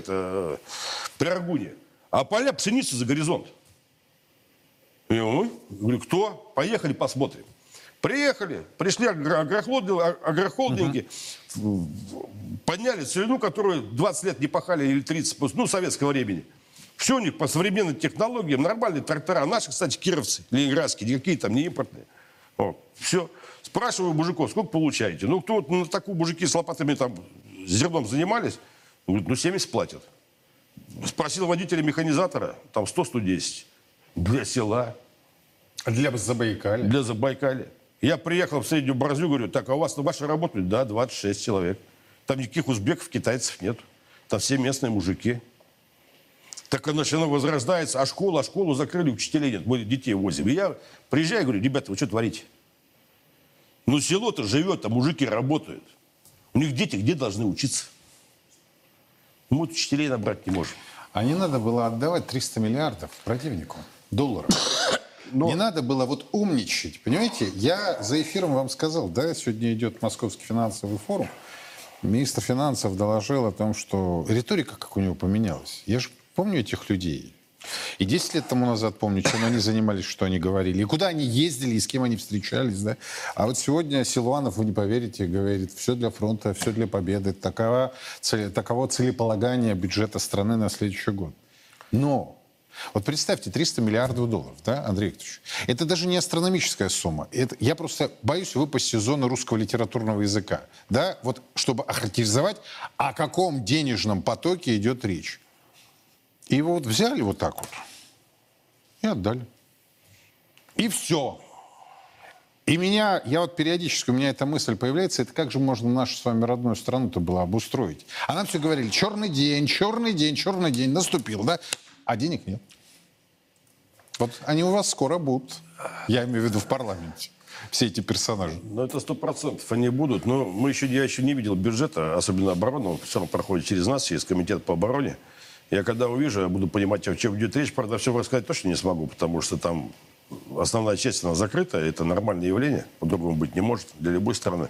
Приаргуне. А поля пшеницы за горизонт. И мы, говорю, кто? Поехали посмотрим. Приехали, пришли агрохолдинги, агрохолдинги uh-huh. подняли целину, которую двадцать лет не пахали или тридцать, ну, советского времени. Все у них по современным технологиям, нормальные трактора. Наши, кстати, кировцы, ленинградские, никакие там не импортные. Вот. Все. Спрашиваю мужиков, сколько получаете? Ну, кто вот на такую мужики с лопатами там с зерном занимались? Говорит, ну, семьдесят платят. Спросил водителя механизатора, там сто - сто десять. Для села. Для Забайкалья? Для Забайкалья. Я приехал в Среднюю Борзю, говорю, так, а у вас на вашей работают? Да, двадцать шесть человек. Там никаких узбеков, китайцев нет. Там все местные мужики. Так оно возрождается, а школу, а школу закрыли, учителей нет, мы детей возим. И я приезжаю и говорю, ребята, вы что творите? Ну, село-то живет, а мужики работают. У них дети где должны учиться? Мы учителей набрать не можем. А не надо было отдавать триста миллиардов противнику долларов. Но... Не надо было вот умничать, понимаете? Я за эфиром вам сказал, да, сегодня идет Московский финансовый форум. Министр финансов доложил о том, что риторика как у него поменялась. Я же помню этих людей. И десять лет тому назад помню, чем они занимались, что они говорили, и куда они ездили, и с кем они встречались. Да? А вот сегодня Силуанов, вы не поверите, говорит, все для фронта, все для победы. Такова, цель, таково целеполагание бюджета страны на следующий год. Но вот представьте, триста миллиардов долларов, да, Андрей Викторович? Это даже не астрономическая сумма. Это, я просто боюсь выпасть из зоны русского литературного языка. Да? Вот, чтобы охарактеризовать, о каком денежном потоке идет речь. И его вот взяли вот так вот и отдали. И все. И меня, я вот периодически, у меня эта мысль появляется, это как же можно нашу с вами родную страну-то было обустроить? А нам все говорили, черный день, черный день, черный день, наступил, да? А денег нет. Вот они у вас скоро будут. Я имею в виду в парламенте. Все эти персонажи. Ну, это сто процентов они будут. Но мы еще, я еще не видел бюджета, особенно обороны. Он все равно проходит через нас, через комитет по обороне. Я когда увижу, я буду понимать, о чем идет речь. Правда, все рассказать точно не смогу, потому что там основная часть, она закрыта. Это нормальное явление. По-другому быть не может для любой страны.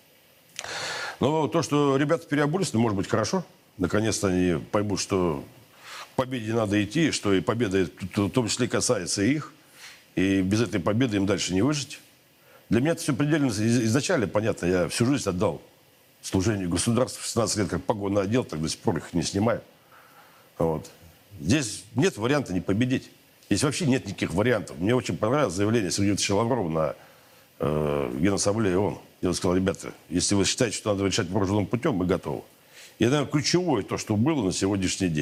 Но то, что ребята переобулись, ну, может быть, хорошо. Наконец-то они поймут, что к победе надо идти, что и победа в том числе касается их. И без этой победы им дальше не выжить. Для меня это все предельно изначально понятно. Я всю жизнь отдал служению государству. шестнадцать лет как погонный отдел, так до сих пор их не снимаю. Вот. Здесь нет варианта не победить. Здесь вообще нет никаких вариантов. Мне очень понравилось заявление Сергея Викторовича Лаврова на э, Генассамблее ООН. Я сказал, ребята, если вы считаете, что надо решать вооруженным путем, мы готовы. И, наверное, ключевое то, что было на сегодняшний день.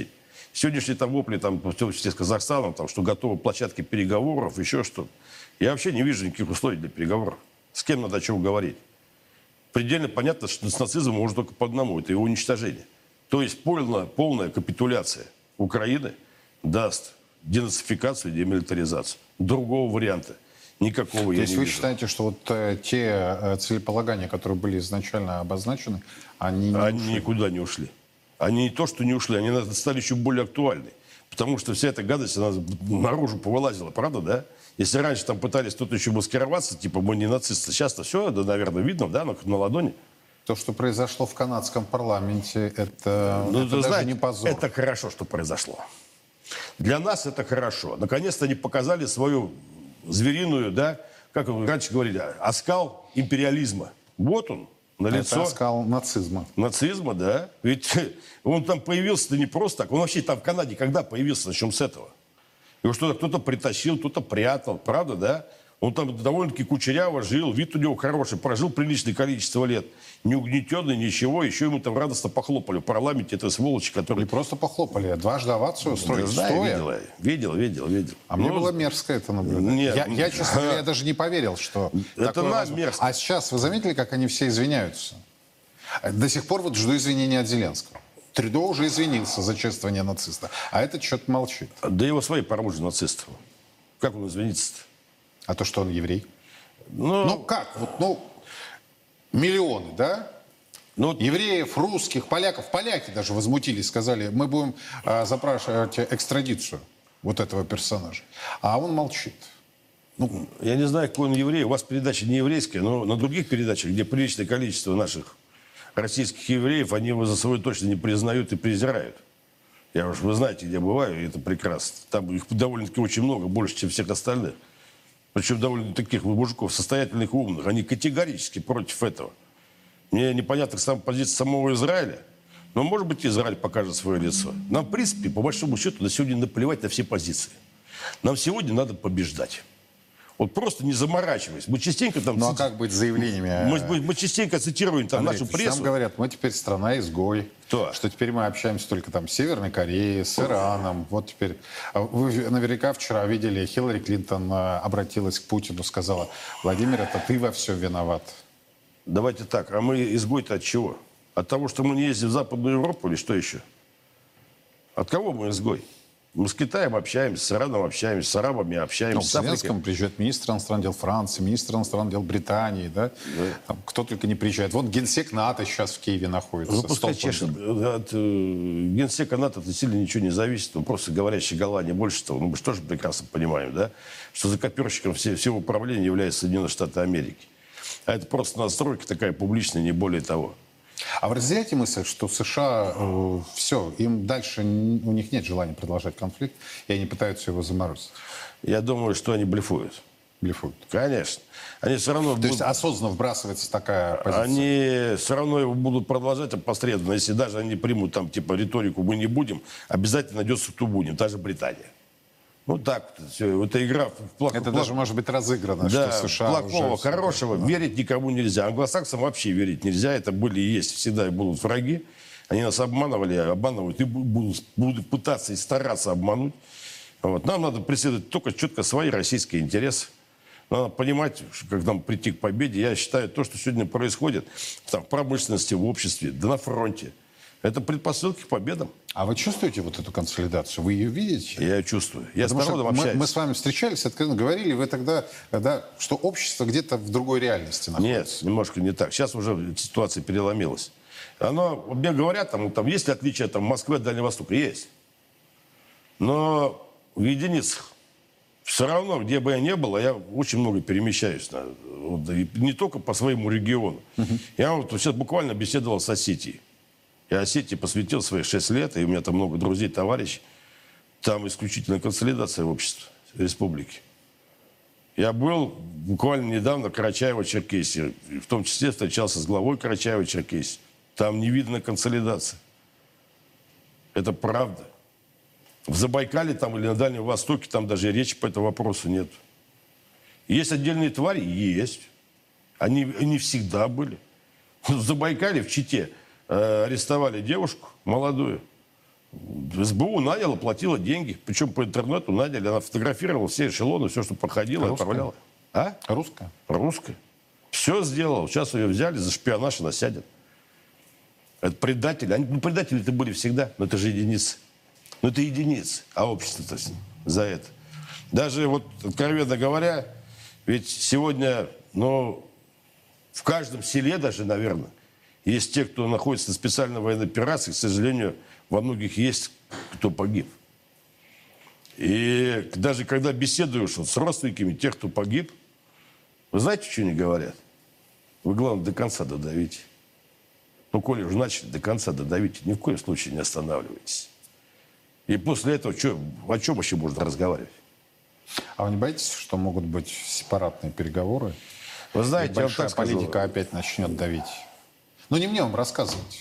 Сегодняшние там вопли, там, в том числе с Казахстаном, там, что готовы площадки переговоров, еще что-то. Я вообще не вижу никаких условий для переговоров. С кем надо о чем говорить? Предельно понятно, что с нацизмом можно только по одному. Это его уничтожение. То есть полная, полная капитуляция Украины даст денацификацию, демилитаризацию. Другого варианта никакого То я есть не вы вижу. считаете, что вот э, те э, целеполагания, которые были изначально обозначены, они не Они ушли? никуда не ушли. Они не то, что не ушли, они стали еще более актуальны. Потому что вся эта гадость, она наружу повылазила, правда, да? Если раньше там пытались кто-то еще маскироваться, типа мы не нацисты, сейчас-то все, да, наверное, видно, да, на, на ладони. То, что произошло в канадском парламенте, это, Ну, это вы даже знаете, не позор. это хорошо, что произошло. Для нас это хорошо. Наконец-то они показали свою звериную, да, как раньше говорили, оскал империализма. Вот он, на Это лицо. оскал нацизма. Нацизма, да. Ведь он там появился-то не просто так. Он вообще там в Канаде когда появился, начнем с этого. Его что-то кто-то притащил, кто-то прятал, правда, да? Он там довольно-таки кучеряво жил, вид у него хороший, прожил приличное количество лет. Не угнетенный, ничего. Еще ему там радостно похлопали в парламенте этой сволочи, Не которые... просто похлопали, а дважды овацию устроили, Да, знаю, стоя. видел, я. видел, видел, видел. А мне Ну, было мерзко это наблюдать. Нет. я, я, честно говоря, я даже не поверил, что Это такое нам возможно. мерзко. А сейчас вы заметили, как они все извиняются? До сих пор вот жду извинения от Зеленского. Трюдо уже извинился за чествование нациста, а этот что-то молчит. Да его свои порвут нацистов. Как он извинится-то? А то, что он еврей. Ну, Ну как? Вот, ну, миллионы, да? ну, Евреев, русских, поляков. Поляки даже возмутились, сказали, мы будем а, запрашивать экстрадицию вот этого персонажа. А он молчит. Ну, я не знаю, какой он еврей. У вас передача не еврейская, но на других передачах, где приличное количество наших российских евреев, они его за свой точно не признают и презирают. Я уж, вы знаете, где бываю, и это прекрасно. Там их довольно-таки очень много, больше, чем всех остальных. Причем довольно таких мужиков, состоятельных, умных. Они категорически против этого. Мне непонятна сама позиция самого Израиля, но, может быть, Израиль покажет свое лицо. Нам, в принципе, по большому счету, на сегодня наплевать на все позиции. Нам сегодня надо побеждать. Вот просто не заморачиваясь. Мы частенько там... ну а цити- как быть с заявлениями? мы, мы- мы частенько цитируем там Андрей, нашу нам прессу. говорят, мы теперь страна-изгой. Кто? Что теперь мы общаемся только там с Северной Кореей, с Ираном. Вот теперь... А вы наверняка вчера видели, Хиллари Клинтон а, обратилась к Путину, сказала, Владимир, это ты во всем виноват. Давайте так, а мы изгой-то от чего? От того, что мы не ездим в Западную Европу или что еще? От кого мы изгой? Мы с Китаем общаемся, с Ираном общаемся, с арабами Ну, общаемся, к с Африкой. Зеленскому приезжает министр иностранных дел Франции, министр иностранных дел Британии, да? Там кто только не приезжает. Вот генсек НАТО сейчас в Киеве находится. Ну, пускай Столпом. чешет. От э, генсека НАТО это сильно ничего не зависит. Он просто говорящая голова, не больше того. Ну, мы же тоже прекрасно понимаем, да? Что за копирщиком все, всего управления являются Соединенные Штаты Америки. А это просто настройка такая публичная, не более того. А вы разделяете мысль, что США, э, все, им дальше, н- у них нет желания продолжать конфликт, и они пытаются его заморозить, Я думаю, что они блефуют. блефуют? Конечно. Они все равно То будут... есть осознанно вбрасывается такая позиция? Они все равно его будут продолжать опосредованно. Если даже они примут там типа риторику «мы не будем», обязательно найдется кто будем, та же Британия. Ну так вот, все. Это игра в плох... Это плох- даже может быть разыграно, Да, что США плохого, уже... всё. хорошего верить никому нельзя. Англосаксам вообще верить нельзя. Это были и есть всегда и будут враги. Они нас обманывали, обманывают и бу- будут, будут пытаться и стараться обмануть. Вот. Нам надо преследовать только четко свои российские интересы. Надо понимать, что как нам прийти к победе. Я считаю, то, что сегодня происходит там, в промышленности, в обществе, да на фронте, это предпосылки к победам. А вы чувствуете вот эту консолидацию? Вы ее видите? Я чувствую. Я Потому с народом что мы, общаюсь. мы с вами встречались, откровенно говорили, вы тогда, да, что общество где-то в другой реальности находится. Нет, немножко не так. Сейчас уже ситуация переломилась. Оно, мне говорят, там, там есть ли отличия там, Москвы от Дальнего Востока? Есть. Но в единицах. Все равно, где бы я ни был, я очень много перемещаюсь. На, вот, и не только по своему региону. Uh-huh. Я вот сейчас буквально беседовал с Осетией. Я Осетии посвятил свои шесть лет, и у меня там много друзей, товарищей. Там исключительная консолидация общества республики. Я был буквально недавно в Карачаево-Черкесии. В том числе встречался с главой Карачаево-Черкесии. Там не видно консолидации. Это правда. В Забайкале там, или на Дальнем Востоке там даже речи по этому вопросу нет. Есть отдельные твари? Есть. Они, они всегда были. В Забайкале, в Чите, э, арестовали девушку молодую. СБУ наняла, платила деньги. Причем по интернету наняли. Она фотографировала все эшелоны, все, что проходило, Русская? отправляла. А? Русская? Русская. Все сделала. Сейчас ее взяли за шпионаж, она сядет. Это предатели. Они, ну, предатели это были всегда, но это же единицы. Ну, это единицы. А общество-то за это. Даже вот, откровенно говоря, ведь сегодня, ну, в каждом селе даже, наверное, есть те, кто находится на специальной военной операции. К сожалению, во многих есть, кто погиб. И даже когда беседуешь вот с родственниками тех, кто погиб, вы знаете, что они говорят? Вы, главное, до конца додавите. Ну, коли уже начали, до конца додавите. Ни в коем случае не останавливайтесь. И после этого что, о чем вообще можно разговаривать? А вы не боитесь, что могут быть сепаратные переговоры? Вы знаете, И я вам большая так скажу. политика опять начнет давить. Ну, не мне вам рассказывать.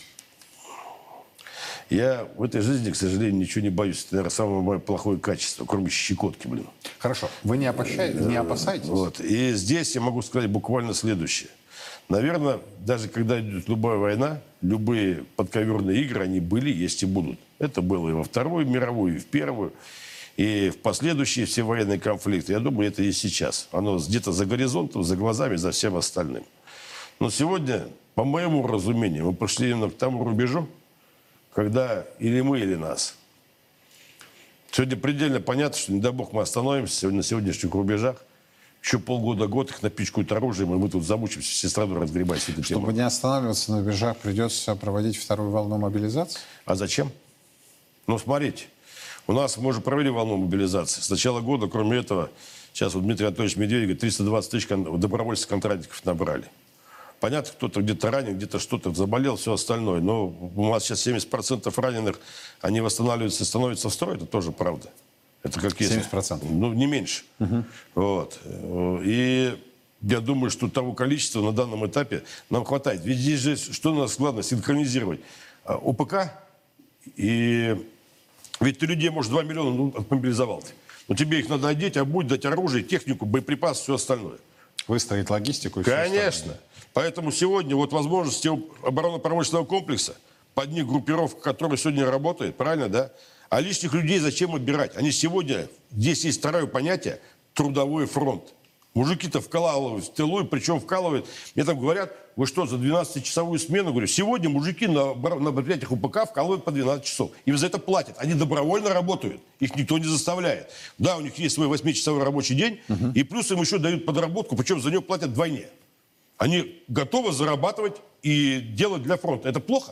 Я в этой жизни, к сожалению, ничего не боюсь. Это, наверное, самое мое плохое качество, кроме щекотки, блин. Хорошо. Вы не, опасаетесь? не опасаетесь? Вот. И здесь я могу сказать буквально следующее. Наверное, даже когда идет любая война, любые подковерные игры, они были, есть и будут. Это было и во Вторую мировую, и в Первую, и в последующие все военные конфликты. Я думаю, это и сейчас. Оно где-то за горизонтом, за глазами, за всем остальным. Но сегодня, по моему разумению, мы пришли именно к тому рубежу, когда или мы, или нас. Сегодня предельно понятно, что, не дай бог, мы остановимся сегодня на сегодняшних рубежах. Еще полгода-год их напичкают оружием, и мы тут замучимся все страну разгребать всю эту тему. Чтобы не останавливаться на рубежах, придется проводить вторую волну мобилизации? А зачем? Ну, смотрите. У нас мы уже провели волну мобилизации. С начала года, кроме этого, сейчас вот Дмитрий Анатольевич Медведев говорит, триста двадцать тысяч добровольцев контрактников набрали. Понятно, кто-то где-то ранен, где-то что-то заболел, все остальное. Но у нас сейчас семьдесят процентов раненых, они восстанавливаются и становятся в строй, это тоже правда. Это как если... семьдесят процентов? Ну, не меньше. Угу. Вот. И я думаю, что того количества на данном этапе нам хватает. Ведь здесь же, что нас главное, синхронизировать? ОПК и... Ведь ты людей, может, два миллиона ну, отмобилизовал ты. Но тебе их надо одеть, обуть, дать оружие, технику, боеприпасы, все остальное. Выстроить логистику и все Конечно. остальное. Поэтому сегодня вот возможности оборонно-промышленного комплекса, под них группировка, которая сегодня работает, правильно, да? А лишних людей зачем отбирать? Они сегодня, здесь есть второе понятие, трудовой фронт. Мужики-то вкалывают в тылу, и причем вкалывают. Мне там говорят, вы что, за двенадцатичасовую смену? Говорю, сегодня мужики на, на предприятиях УПК вкалывают по двенадцать часов. Им за это платят. Они добровольно работают. Их никто не заставляет. Да, у них есть свой восьмичасовой рабочий день, угу. И плюс им еще дают подработку, причем за нее платят вдвойне. Они готовы зарабатывать и делать для фронта. Это плохо?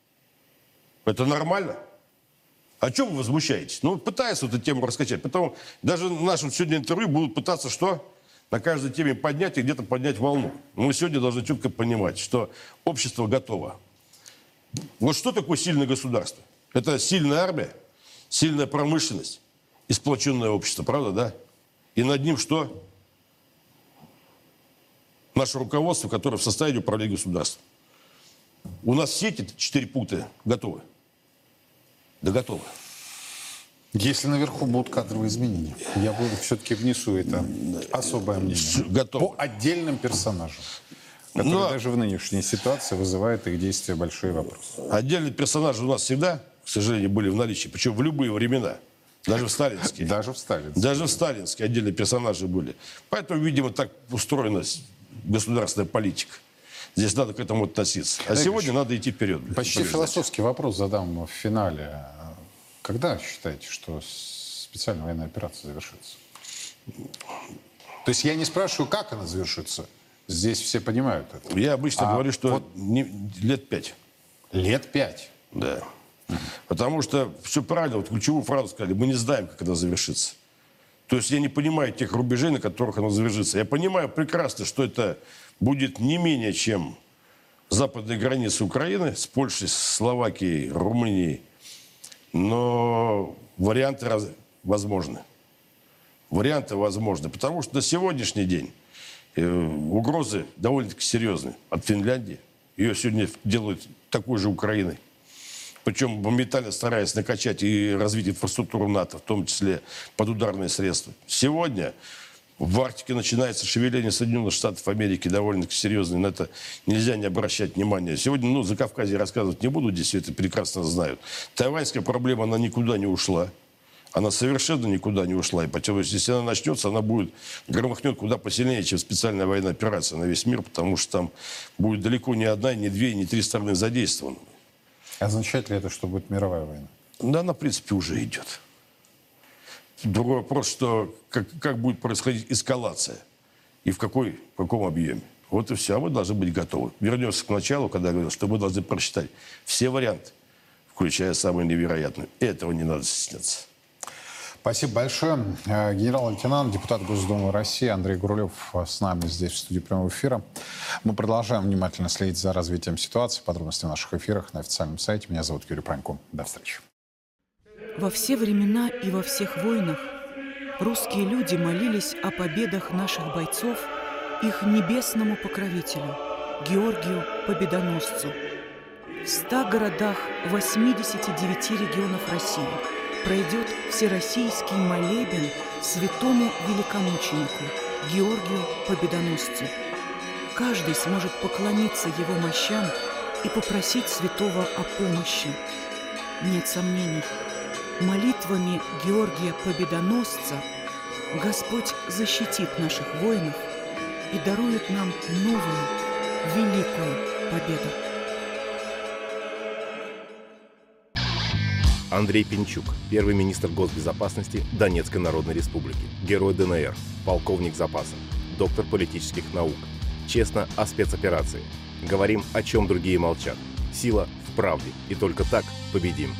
Это нормально? О чем вы возмущаетесь? Ну, пытаются эту тему раскачать. Потом даже в нашем сегодня интервью будут пытаться что? На каждой теме поднять и где-то поднять волну. Мы сегодня должны четко понимать, что общество готово. Вот что такое сильное государство? Это сильная армия, сильная промышленность и сплоченное общество, правда, да? И над ним что? Наше руководство, которое в состоянии управлять государством. У нас все эти четыре пункта готовы? Да готовы. Если наверху будут кадровые изменения, я буду все-таки внесу это особое мнение. Готово. По отдельным персонажам, которые Но... даже в нынешней ситуации вызывают их действия большие вопросы. Отдельные персонажи у нас всегда, к сожалению, были в наличии, причем в любые времена. Даже в сталинские. Даже в сталинские. Даже в сталинские отдельные персонажи были. Поэтому, видимо, так устроена государственная политика. Здесь надо к этому относиться. А сегодня надо идти вперед. Почти философский вопрос задам в финале. Когда считаете, что специальная военная операция завершится? То есть я не спрашиваю, как она завершится. Здесь все понимают это. Я обычно а говорю, что вот не, лет пять. Лет пять? Да. Mm-hmm. Потому что все правильно, вот ключевую фразу сказали, мы не знаем, как она завершится. То есть я не понимаю тех рубежей, на которых она завершится. Я понимаю прекрасно, что это будет не менее чем западные границы Украины с Польшей, с Словакией, Румынией. Но варианты раз... возможны. Варианты возможны. Потому что на сегодняшний день э, угрозы довольно-таки серьезные. От Финляндии. Ее сегодня делают такой же Украиной. Причем моментально стараясь накачать и развить инфраструктуру НАТО, в том числе под ударные средства. Сегодня В Арктике начинается шевеление Соединенных Штатов Америки довольно-таки серьезное. На это нельзя не обращать внимания. Сегодня, ну, за Кавказье рассказывать не буду, здесь все это прекрасно знают. Тайваньская проблема, она никуда не ушла. Она совершенно никуда не ушла. И поэтому, если она начнется, она будет громыхнет куда посильнее, чем специальная военная операция на весь мир, потому что там будет далеко не одна, не две, не три стороны задействованы. Означает ли это, что будет мировая война? Да, она, в принципе, уже идет. Другой вопрос, что как, как будет происходить эскалация и в, какой, в каком объеме. Вот и все. А мы должны быть готовы. Вернемся к началу, когда я говорил, что мы должны просчитать все варианты, включая самые невероятные. Этого не надо стесняться. Спасибо большое. Генерал-лейтенант, депутат Госдумы России Андрей Гурулев с нами здесь в студии прямого эфира. Мы продолжаем внимательно следить за развитием ситуации. Подробности в наших эфирах на официальном сайте. Меня зовут Юрий Пронько. До встречи. Во все времена и во всех войнах русские люди молились о победах наших бойцов их небесному покровителю, Георгию Победоносцу. В ста городах восьмидесяти девяти регионов России пройдет всероссийский молебен святому великомученику Георгию Победоносцу. Каждый сможет поклониться его мощам и попросить святого о помощи. Нет сомнений, молитвами Георгия Победоносца Господь защитит наших воинов и дарует нам новую, великую победу. Андрей Пинчук, первый министр госбезопасности Донецкой Народной Республики, герой ДНР, полковник запаса, доктор политических наук. Честно о спецоперации. Говорим, о чем другие молчат. Сила в правде. И только так победим.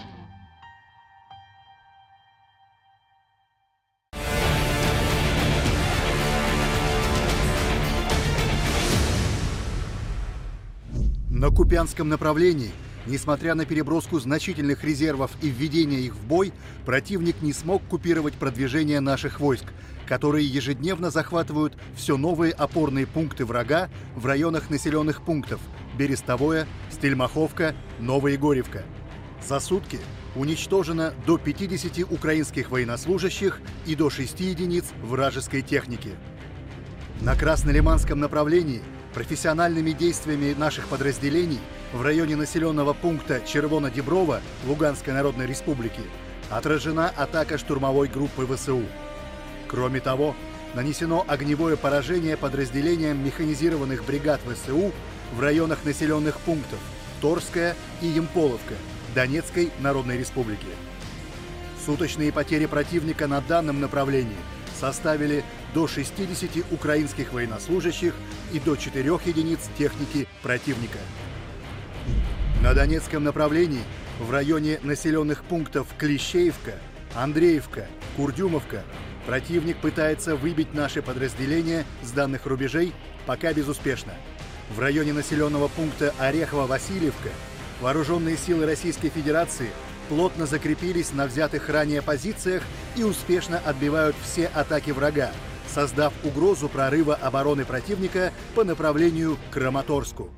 На Купянском направлении, несмотря на переброску значительных резервов и введение их в бой, противник не смог купировать продвижение наших войск, которые ежедневно захватывают все новые опорные пункты врага в районах населенных пунктов Берестовое, Стельмаховка, Новоегорьевка. За сутки уничтожено до пятидесяти украинских военнослужащих и до шести единиц вражеской техники. На Краснолиманском направлении профессиональными действиями наших подразделений в районе населенного пункта Червоно-Деброво Луганской Народной Республики отражена атака штурмовой группы ВСУ. Кроме того, нанесено огневое поражение подразделениям механизированных бригад ВСУ в районах населенных пунктов Торская и Ямполовка Донецкой Народной Республики. Суточные потери противника на данном направлении составили до шестидесяти украинских военнослужащих и до четырёх единиц техники противника. На Донецком направлении в районе населенных пунктов Клещеевка, Андреевка, Курдюмовка противник пытается выбить наши подразделения с данных рубежей, пока безуспешно. В районе населенного пункта Орехово-Васильевка вооруженные силы Российской Федерации плотно закрепились на взятых ранее позициях и успешно отбивают все атаки врага, создав угрозу прорыва обороны противника по направлению к Краматорску.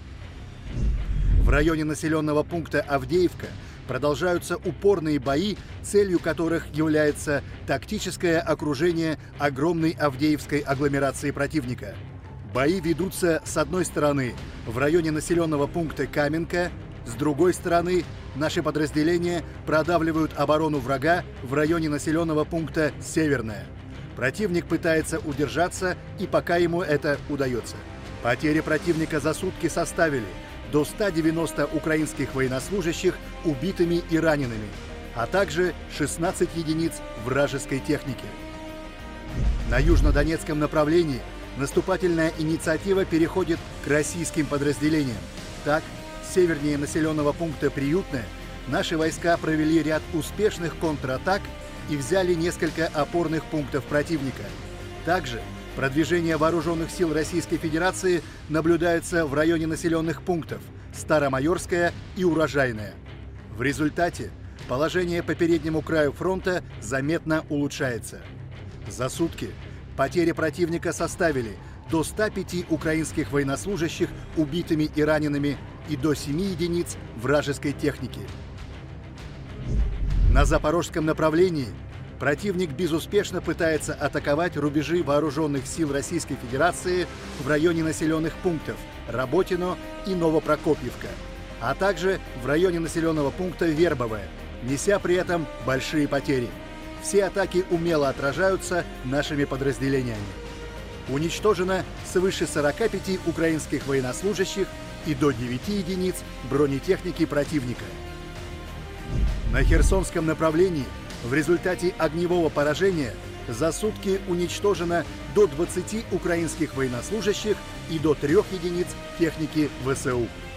В районе населенного пункта Авдеевка продолжаются упорные бои, целью которых является тактическое окружение огромной Авдеевской агломерации противника. Бои ведутся с одной стороны в районе населенного пункта Каменка, с другой стороны наши подразделения продавливают оборону врага в районе населенного пункта Северная. Противник пытается удержаться, и пока ему это удается. Потери противника за сутки составили до ста девяноста украинских военнослужащих убитыми и ранеными, а также шестнадцать единиц вражеской техники. На южнодонецком направлении наступательная инициатива переходит к российским подразделениям. Так, севернее населенного пункта Приютное наши войска провели ряд успешных контратак и взяли несколько опорных пунктов противника. Также продвижение вооруженных сил Российской Федерации наблюдается в районе населенных пунктов Старомайорская и Урожайная. В результате положение по переднему краю фронта заметно улучшается. За сутки потери противника составили до ста пяти украинских военнослужащих убитыми и ранеными и до семи единиц вражеской техники. На запорожском направлении Противник безуспешно пытается атаковать рубежи вооруженных сил Российской Федерации в районе населенных пунктов Работино и Новопрокопьевка, а также в районе населенного пункта Вербовое, неся при этом большие потери. Все атаки умело отражаются нашими подразделениями. Уничтожено свыше сорока пяти украинских военнослужащих и до девяти единиц бронетехники противника. На Херсонском направлении в результате огневого поражения за сутки уничтожено до двадцати украинских военнослужащих и до трех единиц техники ВСУ.